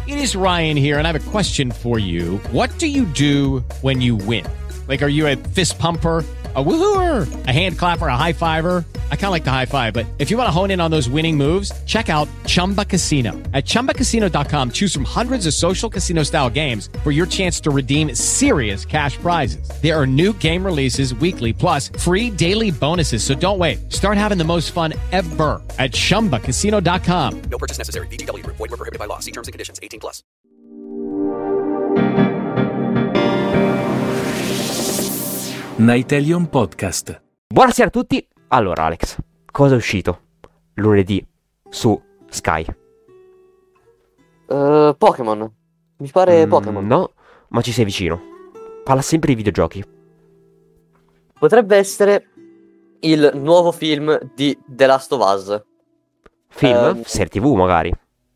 It is Ryan here, and I have a question for you. What do you do when you win? Like, are you a fist pumper, a woohooer, a hand clapper, a high fiver? I kind of like the high five, but if you want to hone in on those winning moves, check out Chumba Casino. At ChumbaCasino.com, choose from hundreds of social casino style games for your chance to redeem serious cash prizes. There are new game releases weekly, plus free daily bonuses. So don't wait. Start having the most fun ever at ChumbaCasino.com. No purchase necessary. VGW Group. Void where prohibited by law. See terms and conditions. 18 plus. Nightelion Podcast. Buonasera a tutti. Allora, Alex, cosa è uscito lunedì su Sky? Pokémon. Mi pare Pokémon. No, ma ci sei vicino. Parla sempre di videogiochi. Potrebbe essere il nuovo film di The Last of Us. Film? Serie TV magari.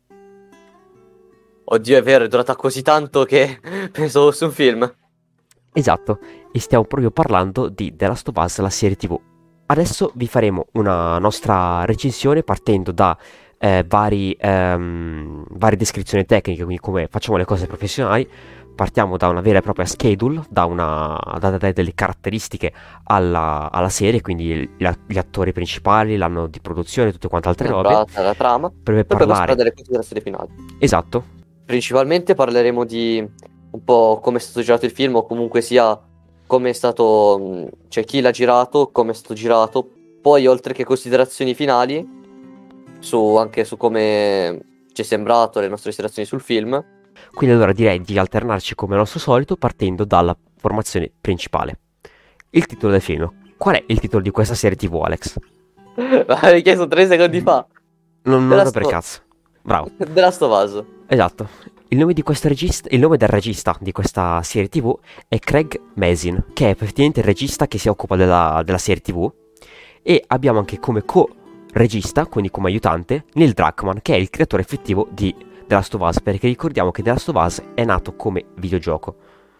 Oddio, è vero, è durata così tanto che penso fosse un film. Esatto, e stiamo proprio parlando di The Last of Us, la serie TV. Adesso vi faremo una nostra recensione partendo da varie descrizioni tecniche, quindi come facciamo le cose professionali. Partiamo da una vera e propria schedule, da delle caratteristiche alla serie, quindi gli attori principali, l'anno di produzione, tutte quante altre robe. La trama. Per parlare delle considerazioni finali. Esatto. Principalmente parleremo di un po' come è stato girato il film, o comunque sia come è stato, cioè chi l'ha girato, come è stato girato. Poi oltre che considerazioni finali anche su come ci è sembrato, le nostre considerazioni sul film. Quindi allora direi di alternarci come al nostro solito partendo dalla formazione principale. Il titolo del film. Qual è il titolo di questa serie TV, Alex? L'hai chiesto 3 secondi fa. Non lo so per cazzo. Bravo. The Last of Us. Esatto. Il nome del regista di questa serie TV è Craig Mazin, che è effettivamente il regista che si occupa della serie TV. E abbiamo anche come co-regista, quindi come aiutante, Neil Druckmann, che è il creatore effettivo di The Last of Us, perché ricordiamo che The Last of Us è nato come videogioco.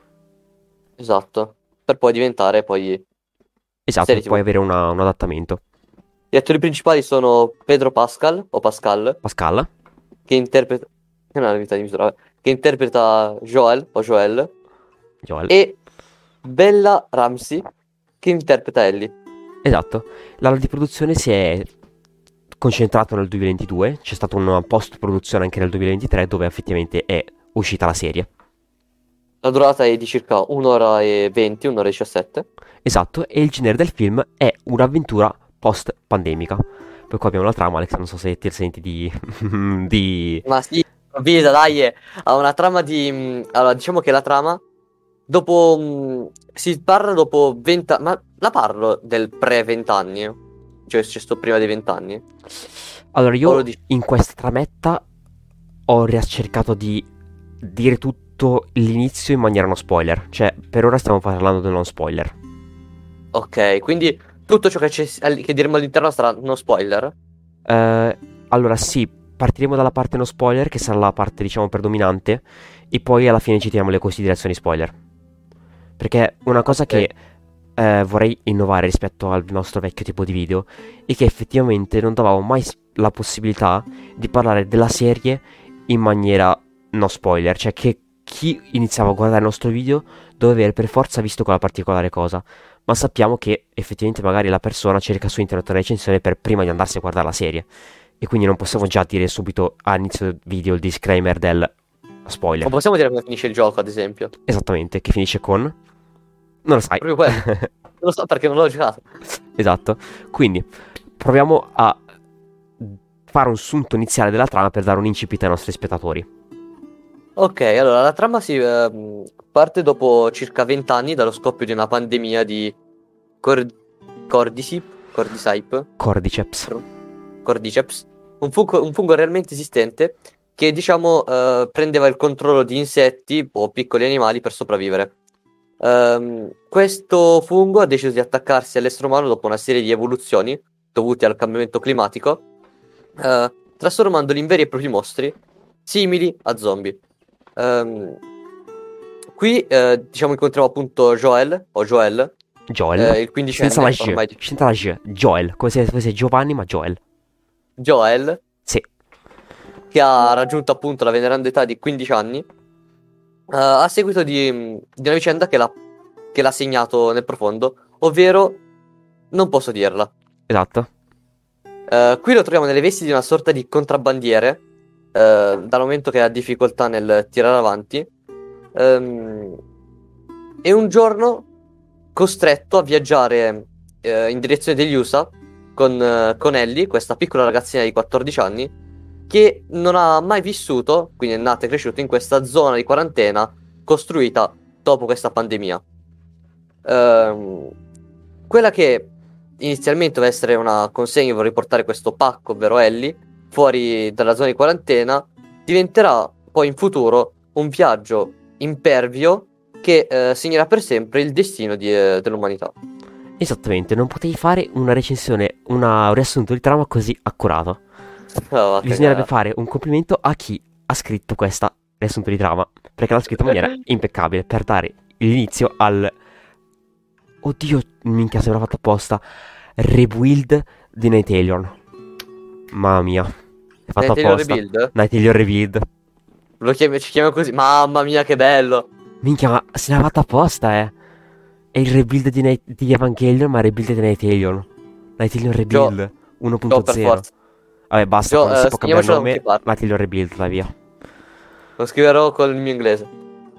Esatto, per poi diventare Esatto, per poi avere un adattamento. Gli attori principali sono Pedro Pascal, che interpreta... non è una vita di misura, che interpreta Joel, e Bella Ramsey, che interpreta Ellie. Esatto, l'anno di produzione si è concentrato nel 2022, c'è stata una post-produzione anche nel 2023 dove effettivamente è uscita la serie. La durata è di circa 1 ora e 20, 1 ora e 17. Esatto, e il genere del film è un'avventura post-pandemica. Poi qua abbiamo la trama, Alex, non so se ti senti di... Ma sì, avvisa, dai, ha una trama di... Allora, diciamo che la trama, dopo... si parla dopo 20... Ma la parlo del pre-20 anni? Cioè, c'è sto prima dei 20 anni? Allora, io in questa trametta ho cercato di dire tutto l'inizio in maniera non spoiler. Cioè, per ora stiamo parlando del non spoiler. Ok, quindi tutto ciò che diremo all'interno sarà non spoiler? Allora, sì, partiremo dalla parte non spoiler, che sarà la parte, diciamo, predominante, e poi alla fine ci tiriamo le considerazioni spoiler. Perché una cosa che vorrei innovare rispetto al nostro vecchio tipo di video è che effettivamente non davamo mai la possibilità di parlare della serie in maniera no spoiler, cioè che chi iniziava a guardare il nostro video doveva aver per forza visto quella particolare cosa, ma sappiamo che effettivamente magari la persona cerca su internet una recensione per prima di andarsi a guardare la serie, e quindi non possiamo già dire subito all'inizio del video il disclaimer del spoiler. Non possiamo dire come finisce il gioco, ad esempio. Esattamente, che finisce con... Non lo sai. Proprio quello. Non lo so perché non l'ho giocato. Esatto. Quindi proviamo a fare un sunto iniziale della trama per dare un incipit ai nostri spettatori. Ok, allora la trama si parte dopo circa 20 anni dallo scoppio di una pandemia di Cordyceps, un fungo realmente esistente che, diciamo, prendeva il controllo di insetti o piccoli animali per sopravvivere. Questo fungo ha deciso di attaccarsi all'essere umano dopo una serie di evoluzioni dovute al cambiamento climatico, trasformandoli in veri e propri mostri simili a zombie. Qui diciamo incontriamo appunto Joel, il quindicenne, senza la G, Joel, come se fosse Giovanni ma Joel. Joel, sì, che ha raggiunto appunto la veneranda età di 15 anni, a seguito di una vicenda che l'ha segnato nel profondo, ovvero non posso dirla. Esatto. Qui lo troviamo nelle vesti di una sorta di contrabbandiere, dal momento che ha difficoltà nel tirare avanti, e un giorno costretto a viaggiare in direzione degli USA con Ellie, questa piccola ragazzina di 14 anni, che non ha mai vissuto, quindi è nata e cresciuta in questa zona di quarantena costruita dopo questa pandemia. Quella che inizialmente doveva essere una consegna per riportare questo pacco, ovvero Ellie, fuori dalla zona di quarantena, diventerà poi in futuro un viaggio impervio che segnerà per sempre il destino dell'umanità. Esattamente, non potevi fare una recensione, un riassunto di trama così accurato. Bisognerebbe fare un complimento a chi ha scritto questa riassunto di trama, perché l'ha scritto in maniera impeccabile per dare l'inizio al... Oddio, minchia, sembra fatto apposta. Rebuild di Night Alien. Mamma mia, è fatto Night Alien apposta. Rebuild? Night Alien Rebuild. Ci chiamiamo così. Mamma mia, che bello! Minchia, ma se l'ha fatto apposta, È il rebuild di Evangelion, ma il rebuild di Night Alien. Night Alien Rebuild 1.0. per forza. Vabbè, basta, non si può cambiare il nome. scriviamocelo Night Alien Rebuild, vai via. Lo scriverò con il mio inglese.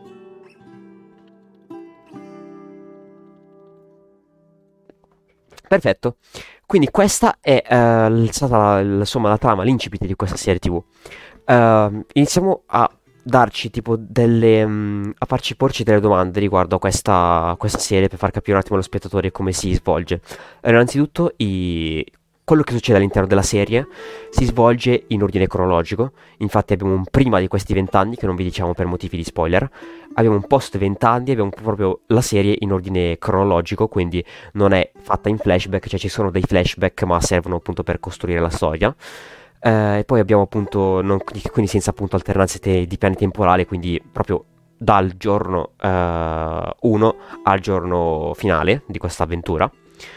Perfetto. Quindi questa è stata insomma la trama, l'incipit di questa serie TV. Iniziamo a darci tipo a farci porci delle domande riguardo a questa serie per far capire un attimo allo spettatore come si svolge. Innanzitutto quello che succede all'interno della serie si svolge in ordine cronologico. Infatti abbiamo un prima di questi 20 anni che non vi diciamo per motivi di spoiler, abbiamo un post 20 anni, abbiamo proprio la serie in ordine cronologico, quindi non è fatta in flashback, cioè ci sono dei flashback ma servono appunto per costruire la storia. E poi abbiamo appunto quindi senza appunto alternanze di piani temporali, quindi proprio dal giorno 1 al giorno finale di questa avventura.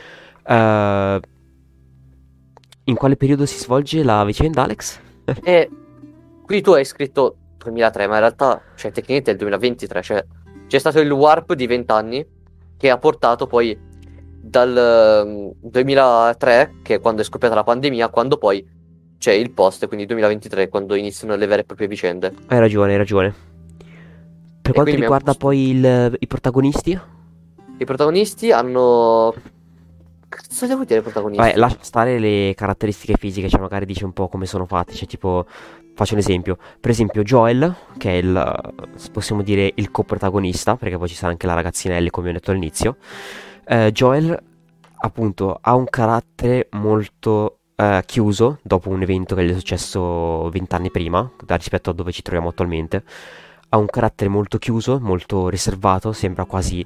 In quale periodo si svolge la vicenda, Alex? E qui tu hai scritto 2003, ma in realtà, cioè, tecnicamente è il 2023, cioè c'è stato il warp di 20 anni che ha portato poi dal 2003, che è quando è scoppiata la pandemia, quando poi c'è il post, quindi 2023, quando iniziano le vere e proprie vicende. Hai ragione. Per quanto riguarda poi i protagonisti? I protagonisti hanno... Cosa devo dire ai protagonisti? Vabbè, lascia stare le caratteristiche fisiche, cioè magari dice un po' come sono fatti, cioè tipo, faccio un esempio, per esempio Joel, che è possiamo dire il coprotagonista, perché poi ci sarà anche la ragazzina Ellie come ho detto all'inizio. Joel appunto ha un carattere molto chiuso dopo un evento che gli è successo 20 anni prima, rispetto a dove ci troviamo attualmente. Ha un carattere molto chiuso, molto riservato, sembra quasi...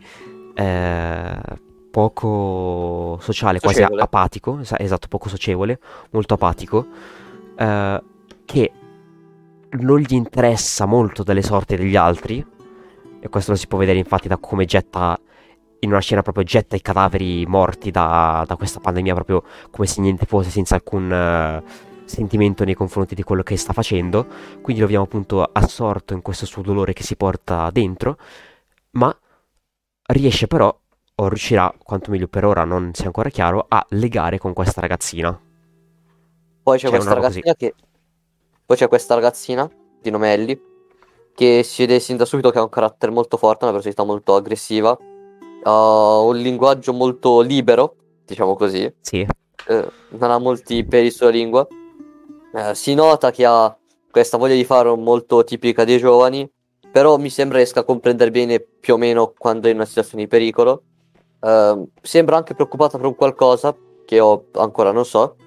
poco sociale, quasi apatico, esatto, poco socievole, molto apatico, che non gli interessa molto delle sorti degli altri, e questo lo si può vedere infatti da come getta, in una scena proprio getta i cadaveri morti da questa pandemia, proprio come se niente fosse, senza alcun sentimento nei confronti di quello che sta facendo, quindi lo vediamo appunto assorto in questo suo dolore che si porta dentro, ma riesce però, o riuscirà, quanto meglio per ora non sia ancora chiaro, a legare con questa ragazzina. Poi c'è questa ragazzina Poi c'è questa ragazzina di nome Ellie, che si vede sin da subito che ha un carattere molto forte, una personalità molto aggressiva, ha un linguaggio molto libero, diciamo così. Sì. Non ha molti peli sulla lingua. Si nota che ha questa voglia di fare molto tipica dei giovani, però mi sembra riesca a comprendere bene più o meno quando è in una situazione di pericolo. Sembra anche preoccupata per un qualcosa che io ancora non so.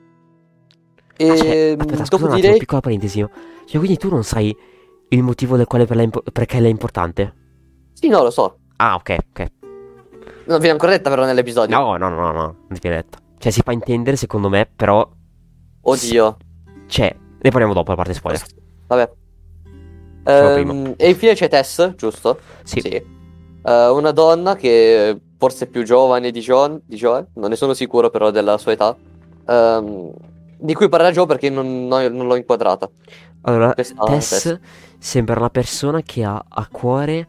E aspetta, dopo scusa direi... piccola parentesi. Cioè, quindi tu non sai il motivo del quale perché lei è importante? Sì, no, lo so. Ah, ok. Non viene ancora detta però nell'episodio. No, non viene detta. Cioè, si fa intendere secondo me, però... Oddio. Cioè, ne parliamo dopo la parte spoiler. Vabbè. Prima. E infine c'è Tess, giusto? Sì. Una donna che forse è più giovane di Joel, non ne sono sicuro però della sua età, di cui parlerà Joe perché non l'ho inquadrata. Allora, Questa Tess sembra una persona che ha a cuore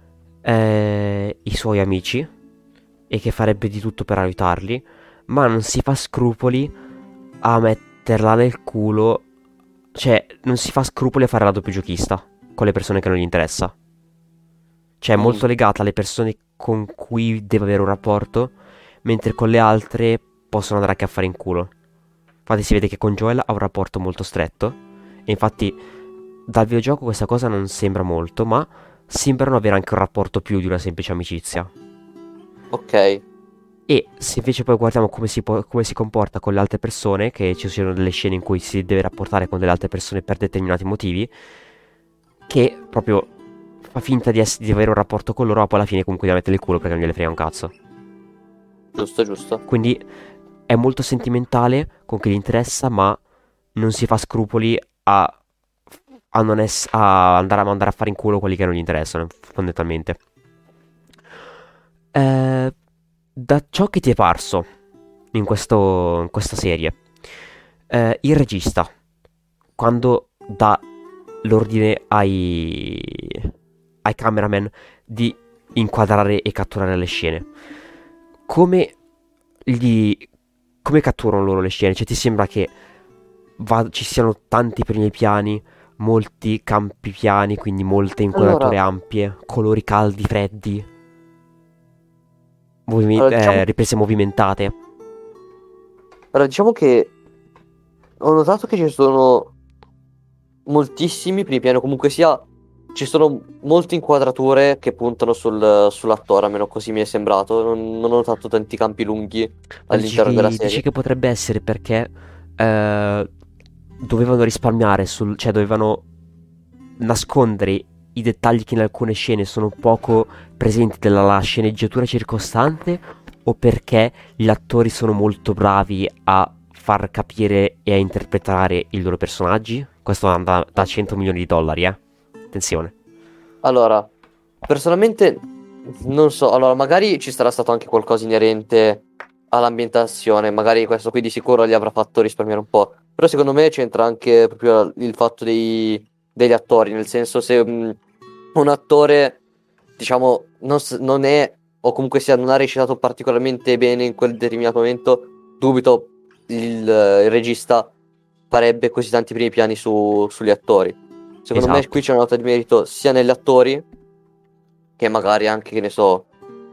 i suoi amici e che farebbe di tutto per aiutarli, ma non si fa scrupoli a metterla nel culo, cioè non si fa scrupoli a fare la doppiogiocchista con le persone che non gli interessa. Cioè è molto legata alle persone con cui deve avere un rapporto, mentre con le altre possono andare anche a fare in culo. Infatti si vede che con Joel ha un rapporto molto stretto, e infatti dal videogioco questa cosa non sembra molto, ma sembrano avere anche un rapporto più di una semplice amicizia. Ok. E se invece poi guardiamo come si comporta con le altre persone, che ci siano delle scene in cui si deve rapportare con delle altre persone per determinati motivi, che proprio fa finta di avere un rapporto con loro, ma poi alla fine comunque gli mette il culo perché non gliele frega un cazzo. Giusto. Quindi è molto sentimentale con chi gli interessa, ma non si fa scrupoli a andare a mandare a fare in culo quelli che non gli interessano, fondamentalmente. Da ciò che ti è parso in questa serie, il regista, quando dà l'ordine ai cameraman di inquadrare e catturare le scene, come catturano loro le scene? Cioè ti sembra che ci siano tanti primi piani, molti campi piani, quindi molte inquadrature ampie, colori caldi, freddi, riprese movimentate? Allora, diciamo che ho notato che ci sono moltissimi primi piani, comunque sia, ci sono molte inquadrature che puntano sull'attore, almeno così mi è sembrato. Non ho notato tanti campi lunghi all'interno della serie. Dici che potrebbe essere perché dovevano risparmiare cioè dovevano nascondere i dettagli che in alcune scene sono poco presenti della sceneggiatura circostante, o perché gli attori sono molto bravi a far capire e a interpretare i loro personaggi? Questo anda da 100 milioni di dollari, attenzione. Allora, personalmente non so, allora magari ci sarà stato anche qualcosa inerente all'ambientazione, magari questo qui di sicuro gli avrà fatto risparmiare un po', però secondo me c'entra anche proprio il fatto degli attori, nel senso, se un attore, diciamo, non è, o comunque sia, non ha recitato particolarmente bene in quel determinato momento, dubito il regista farebbe così tanti primi piani sugli attori. Secondo me qui c'è una nota di merito sia negli attori, che magari anche, che ne so,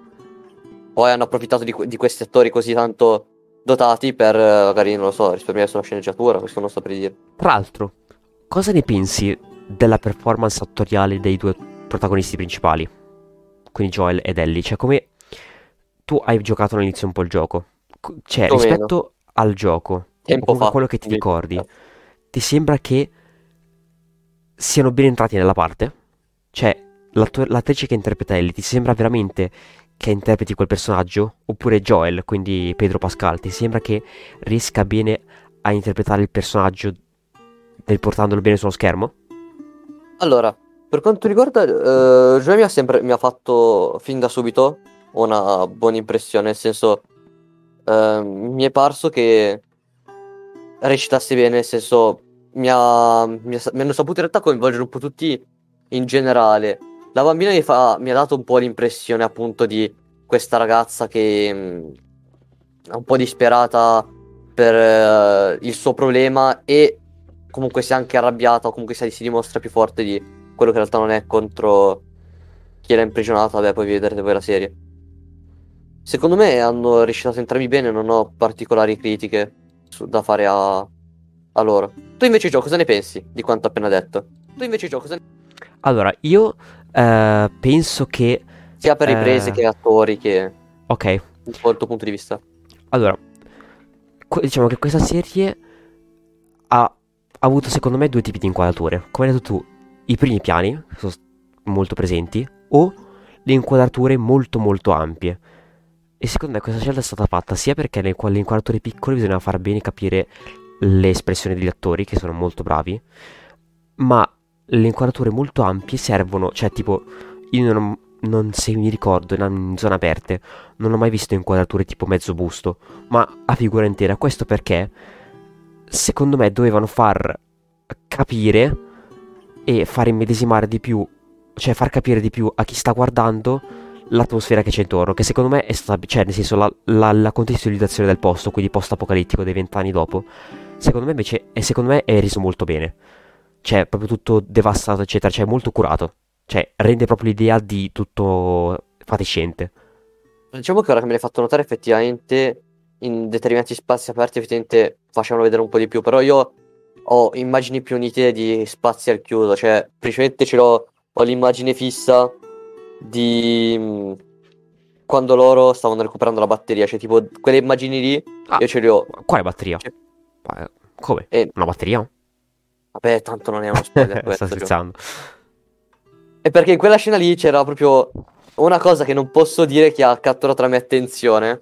poi hanno approfittato di questi attori così tanto dotati per magari, non lo so, risparmiare sulla sceneggiatura, questo non so per dire. Tra l'altro, cosa ne pensi della performance attoriale dei due protagonisti principali, quindi Joel ed Ellie? Cioè, come tu hai giocato all'inizio un po' il gioco, cioè rispetto al gioco, o comunque quello che ti ricordi, ti sembra che siano ben entrati nella parte? Cioè, l'attrice che interpreta Ellie, ti sembra veramente che interpreti quel personaggio? Oppure Joel, quindi Pedro Pascal, ti sembra che riesca bene a interpretare il personaggio portandolo bene sullo schermo? Allora, per quanto riguarda Joel, mi ha fatto fin da subito una buona impressione, nel senso, mi è parso che recitasse bene, nel senso, mi hanno saputo in realtà coinvolgere un po' tutti in generale. La bambina mi ha dato un po' l'impressione, appunto, di questa ragazza che è un po' disperata per il suo problema, e comunque si è anche arrabbiata, o comunque si dimostra più forte di quello che in realtà non è, contro chi l'ha imprigionata. Vabbè, poi vedrete voi la serie. Secondo me hanno recitato entrambi bene, non ho particolari critiche da fare a loro. Tu invece, Gio, cosa ne pensi di quanto appena detto? Allora, io penso che sia per riprese che attori, che ok, un po' il tuo punto di vista. Allora, diciamo che questa serie ha avuto secondo me due tipi di inquadrature. Come hai detto tu, i primi piani sono molto presenti, o le inquadrature molto molto ampie. E secondo me questa scelta è stata fatta sia perché le inquadrature piccole bisognava far bene capire le espressioni degli attori, che sono molto bravi, ma le inquadrature molto ampie servono, cioè tipo, io non se mi ricordo, in zone aperte non ho mai visto inquadrature tipo mezzo busto, ma a figura intera. Questo perché secondo me dovevano far capire e far immedesimare di più, cioè far capire di più a chi sta guardando l'atmosfera che c'è intorno, che secondo me è stata, cioè nel senso la contestualizzazione del posto, quindi post-apocalittico dei 20 anni dopo, secondo me invece, e secondo me è reso molto bene, cioè proprio tutto devastato eccetera, cioè molto curato, cioè rende proprio l'idea di tutto fatiscente. Diciamo che ora che me l'hai fatto notare, effettivamente in determinati spazi aperti effettivamente facevano vedere un po' di più, però io ho immagini più nitide di spazi al chiuso, cioè principalmente ho l'immagine fissa di quando loro stavano recuperando la batteria, cioè tipo quelle immagini lì, Ah, io ce le ho. quale batteria? Cioè, Come? e, Una batteria? vabbè, tanto non è uno spoiler Sta questo, cioè. scherzando. E perché in quella scena lì c'era proprio una cosa che non posso dire che ha catturato la mia attenzione,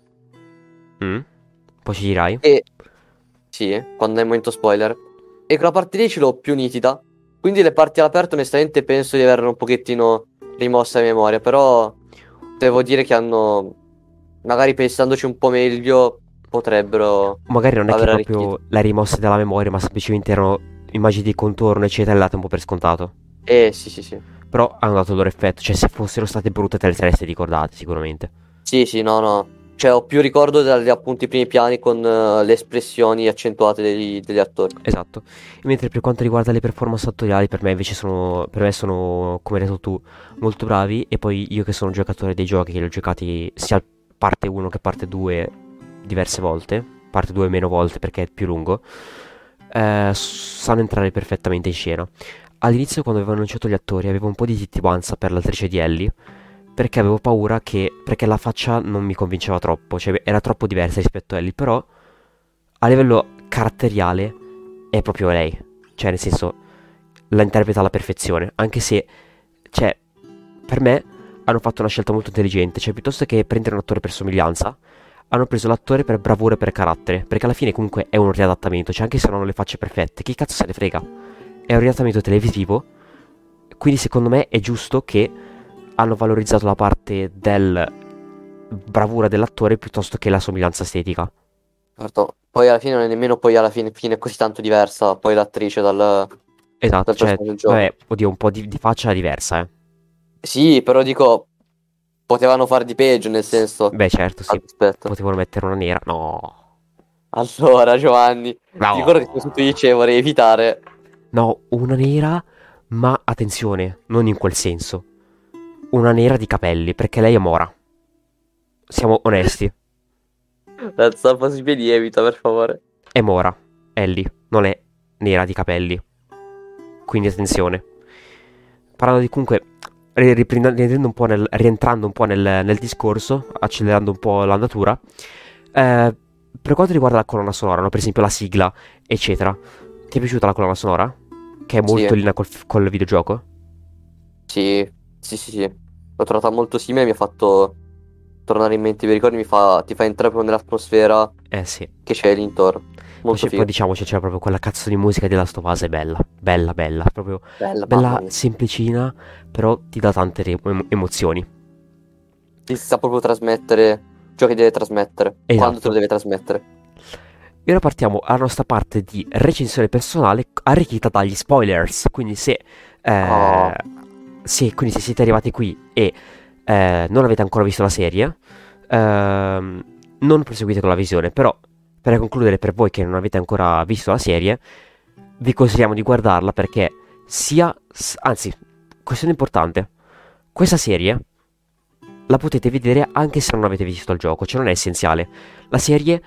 Poi ci dirai? e sì, quando è il momento spoiler, e quella parte lì ce l'ho più nitida, quindi le parti all'aperto onestamente penso di averle un pochettino rimosse a memoria, però devo dire che hanno, magari pensandoci un po' meglio, potrebbero Magari non è che aver proprio arricchito. l'hai rimossa dalla memoria, ma semplicemente erano immagini di contorno, eccetera, e le date un po' per scontato. Sì, sì, sì. Però hanno dato il loro effetto, cioè se fossero state brutte te le sareste ricordate sicuramente. Sì, sì, no, no. Cioè, ho più ricordo degli appunti primi piani con le espressioni accentuate degli attori. Esatto. Mentre per quanto riguarda le performance attoriali, per me invece sono, come hai detto tu, molto bravi. E poi io che sono giocatore dei giochi, che li ho giocati sia parte 1 che parte 2 diverse volte, parte 2 meno volte perché è più lungo, sanno entrare perfettamente in scena. All'inizio, quando avevano annunciato gli attori, avevo un po' di titubanza per l'attrice di Ellie, perché avevo paura perché la faccia non mi convinceva troppo, cioè era troppo diversa rispetto a Ellie, però a livello caratteriale è proprio lei, cioè nel senso la interpreta alla perfezione, anche se, cioè, per me hanno fatto una scelta molto intelligente, cioè piuttosto che prendere un attore per somiglianza, hanno preso l'attore per bravura e per carattere, perché alla fine comunque è un riadattamento, cioè anche se non hanno le facce perfette, chi cazzo se ne frega? È un riadattamento televisivo, quindi secondo me è giusto che hanno valorizzato la parte del bravura dell'attore piuttosto che la somiglianza estetica. Certo. Poi alla fine non è nemmeno poi alla fine così tanto diversa, poi l'attrice dal Esatto, cioè, personaggio del gioco. vabbè, oddio, un po' di faccia diversa, eh. Sì, però dico, potevano fare di peggio, nel senso. Beh, certo, sì. Aspetta. Potevano mettere una nera. No. Allora, Giovanni, ti No. ricordo che su Twitch vorrei evitare. No, una nera, ma attenzione, non in quel senso. Una nera di capelli, perché lei è mora. Siamo onesti. La zampa sui piedi, evita, per favore. È mora, Ellie, non è nera di capelli. Quindi attenzione. Parlando di comunque, rientrando un po' nel discorso, accelerando un po' l'andatura, per quanto riguarda la colonna sonora, no? Per esempio la sigla, eccetera, ti è piaciuta la colonna sonora? Che è molto Sì. in linea col videogioco? Sì, sì, sì, sì. L'ho trovata molto simile, mi ha fatto tornare in mente i miei ricordi, ti fa entrare proprio nell'atmosfera Sì. che c'è lì intorno. Molto Poi figo. diciamoci, c'era proprio quella cazzo di musica di Last of Us, è bella, bella, bella, proprio Bella, bella, mamma mia. semplicina, però ti dà tante emozioni. Ti sa proprio trasmettere ciò che deve trasmettere, Esatto. quando te lo deve trasmettere. E ora partiamo alla nostra parte di recensione personale arricchita dagli spoilers. Quindi Oh. quindi se siete arrivati qui e non avete ancora visto la serie, non proseguite con la visione. Però, per concludere, per voi che non avete ancora visto la serie, vi consigliamo di guardarla perché anzi, questione importante, questa serie la potete vedere anche se non avete visto il gioco, cioè non è essenziale. La serie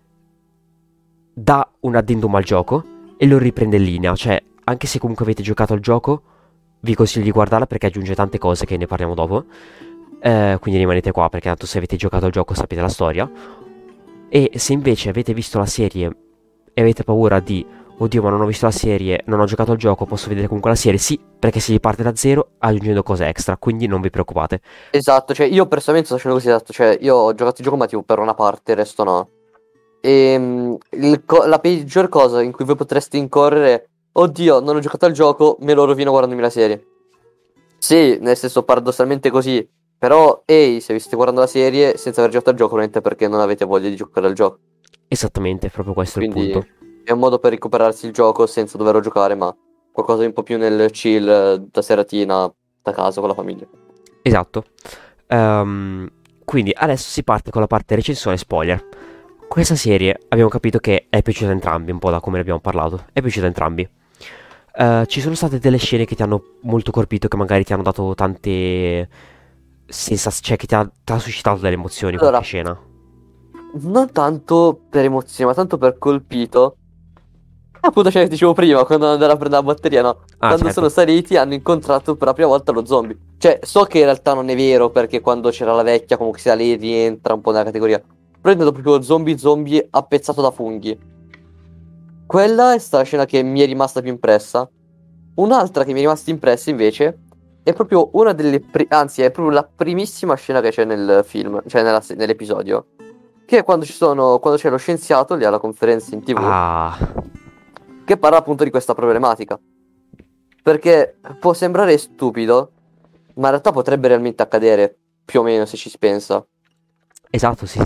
dà un addendum al gioco e lo riprende in linea, cioè anche se comunque avete giocato al gioco vi consiglio di guardarla perché aggiunge tante cose che ne parliamo dopo, quindi rimanete qua perché tanto se avete giocato al gioco sapete la storia. E se invece avete visto la serie e avete paura di oddio ma non ho visto la serie, non ho giocato al gioco, posso vedere comunque la serie, sì, perché si riparte da zero aggiungendo cose extra, quindi non vi preoccupate. Esatto, cioè io personalmente sto facendo così, esatto, cioè io ho giocato il gioco ma tipo per una parte, il resto no. E la peggior cosa in cui voi potreste incorrere è, oddio, non ho giocato al gioco, me lo rovino guardandomi la serie. Sì, nel senso paradossalmente così, però ehi, se vi state guardando la serie senza aver giocato al gioco, probabilmente perché non avete voglia di giocare al gioco. Esattamente, proprio questo è il Quindi punto. è un modo per recuperarsi il gioco senza doverlo giocare, ma qualcosa di un po' più nel chill, da seratina, da casa con la famiglia. Esatto. Quindi adesso si parte con la parte recensione spoiler. Questa serie abbiamo capito che è piaciuta a entrambi, un po' da come ne abbiamo parlato. È piaciuta a entrambi. Ci sono state delle scene che ti hanno molto colpito, che magari ti hanno dato tante cioè che ti ha suscitato delle emozioni Allora, qualche scena. non tanto per emozione, ma tanto per colpito. Appunto, cioè, dicevo prima, quando andare a prendere la batteria, no? Quando certo. sono saliti hanno incontrato per la prima volta lo zombie. Cioè, so che in realtà non è vero, perché quando c'era la vecchia, comunque sia, lei rientra un po' nella categoria. Prendendo proprio zombie appezzato da funghi. Quella è stata la scena che mi è rimasta più impressa. Un'altra che mi è rimasta impressa, invece, è proprio una delle... anzi, è proprio la primissima scena che c'è nel film, cioè nell'episodio. Che è quando c'è lo scienziato lì alla conferenza in TV. Che parla appunto di questa problematica. Perché può sembrare stupido, ma in realtà potrebbe realmente accadere, più o meno, se ci si pensa. Esatto, sì.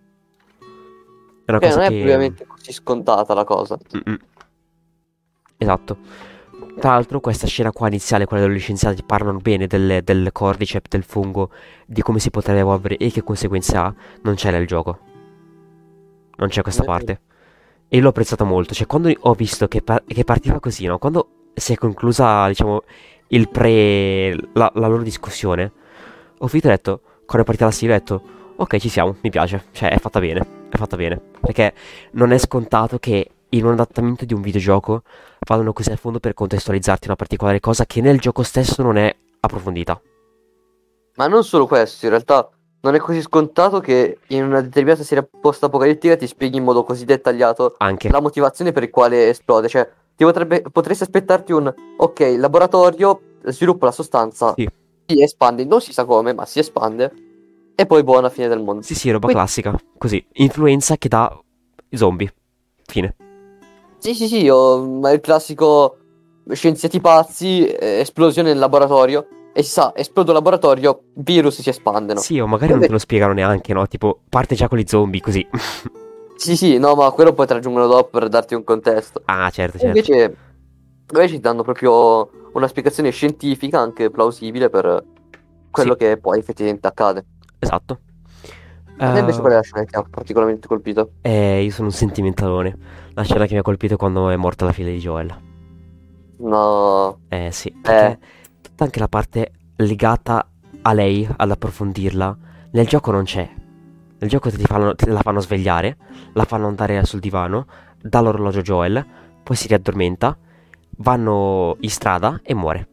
È una Cioè, cosa non è che... ovviamente così scontata la cosa. Esatto. Tra l'altro questa scena qua iniziale, quella degli scienziati parlano bene del cordyceps, del fungo, di come si potrebbe evolvere e che conseguenze ha, non c'è nel gioco. Non c'è questa parte. E l'ho apprezzato molto. Cioè, quando ho visto che partiva così, no? Quando si è conclusa, diciamo, la loro discussione, ho finito e ho detto, quando è partita la sigla, ho detto, ok, ci siamo, mi piace. Cioè, è fatta bene. Perché non è scontato che in un adattamento di un videogioco vadano così a fondo per contestualizzarti una particolare cosa che nel gioco stesso non è approfondita. Ma non solo questo, in realtà non è così scontato che in una determinata serie post-apocalittica ti spieghi in modo così dettagliato Anche. la motivazione per il quale esplode. Cioè, potresti aspettarti ok, il laboratorio sviluppa la sostanza, Sì. si espande, non si sa come, ma si espande, e poi buona fine del mondo. Sì, roba classica. Così. Influenza che dà zombie. Fine. Sì, ma il classico scienziati pazzi, esplosione nel laboratorio, e si sa, esplode il laboratorio, virus si espandono. Sì, o magari non te lo spiegano neanche, no? Tipo, parte già con gli zombie, così. Sì, no, ma quello poi te raggiungono dopo per darti un contesto. Ah, certo. Invece ti danno proprio una spiegazione scientifica, anche plausibile, per quello che poi effettivamente accade. Esatto. A te invece qual è la scena che ti ha particolarmente colpito? Io sono un sentimentalone. La scena che mi ha colpito è quando è morta la figlia di Joel. No. Sì, perché tutta anche la parte legata a lei, ad approfondirla, nel gioco non c'è. Nel gioco te la fanno svegliare, la fanno andare sul divano, dà l'orologio a Joel, poi si riaddormenta, vanno in strada e muore.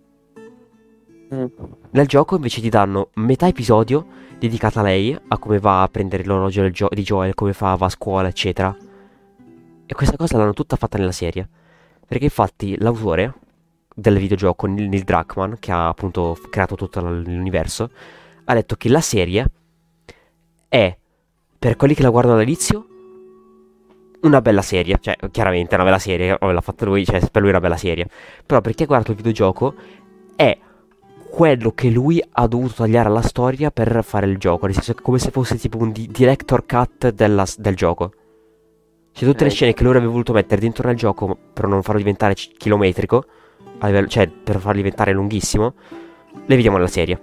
Nel gioco invece ti danno metà episodio dedicata a lei, a come va a prendere l'orologio di Joel, come va a scuola, eccetera. E questa cosa l'hanno tutta fatta nella serie. Perché infatti l'autore del videogioco, Neil Druckmann, che ha appunto creato tutto l'universo, ha detto che la serie è, per quelli che la guardano all'inizio, una bella serie. Cioè, chiaramente è una bella serie, l'ha fatta lui, cioè per lui è una bella serie. Però per chi ha guardato il videogioco è quello che lui ha dovuto tagliare alla storia per fare il gioco. Nel senso che è come se fosse tipo un director cut del gioco. Cioè tutte le scene che lui avrebbe voluto mettere dentro nel gioco per non farlo diventare chilometrico, cioè per farlo diventare lunghissimo, le vediamo nella serie.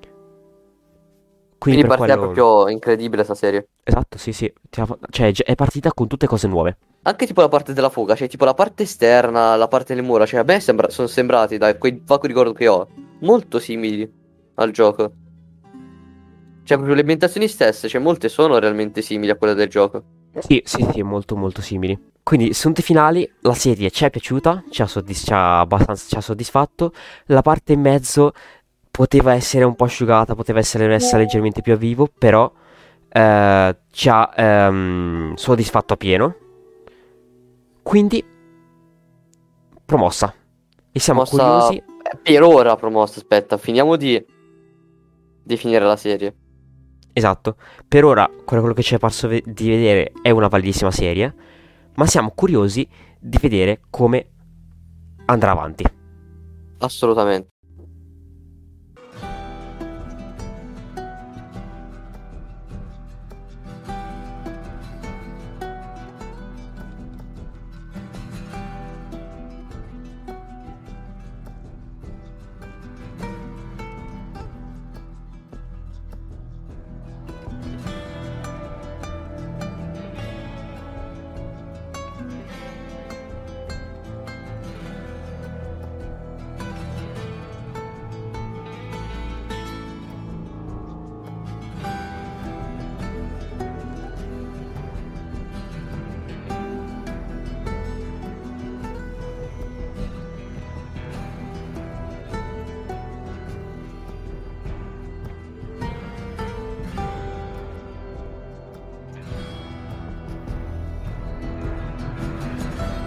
Quindi partita proprio incredibile sta serie. Esatto, sì. Cioè è partita con tutte cose nuove. Anche tipo la parte della fuga, cioè tipo la parte esterna, la parte delle mura, cioè a me sono sembrati, da quei pochi ricordo che ho, molto simili al gioco. Cioè proprio le ambientazioni stesse, cioè molte sono realmente simili a quelle del gioco. Sì, molto molto simili. Quindi, sunti finali, la serie ci è piaciuta, ci ha soddisfatto. La parte in mezzo poteva essere un po' asciugata, poteva essere messa leggermente più a vivo, però ci ha soddisfatto a pieno. Quindi, promossa. E siamo curiosi. Per ora promossa, aspetta, finiamo di definire la serie. Esatto, per ora quello che ci è parso di vedere è una validissima serie, ma siamo curiosi di vedere come andrà avanti. Assolutamente.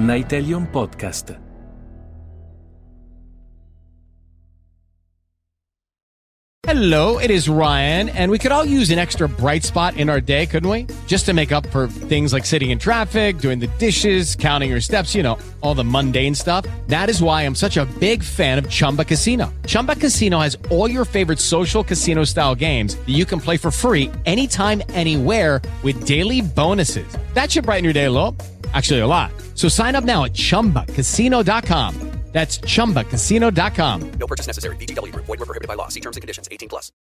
Nightelion Podcast. Hello, it is Ryan, and we could all use an extra bright spot in our day, couldn't we? Just to make up for things like sitting in traffic, doing the dishes, counting your steps, you know, all the mundane stuff. That is why I'm such a big fan of Chumba Casino. Chumba Casino has all your favorite social casino-style games that you can play for free anytime, anywhere with daily bonuses. That should brighten your day a little. Actually, a lot. So sign up now at ChumbaCasino.com. That's ChumbaCasino.com. No purchase necessary. VGW Group. Void where prohibited by law. See terms and conditions. 18+.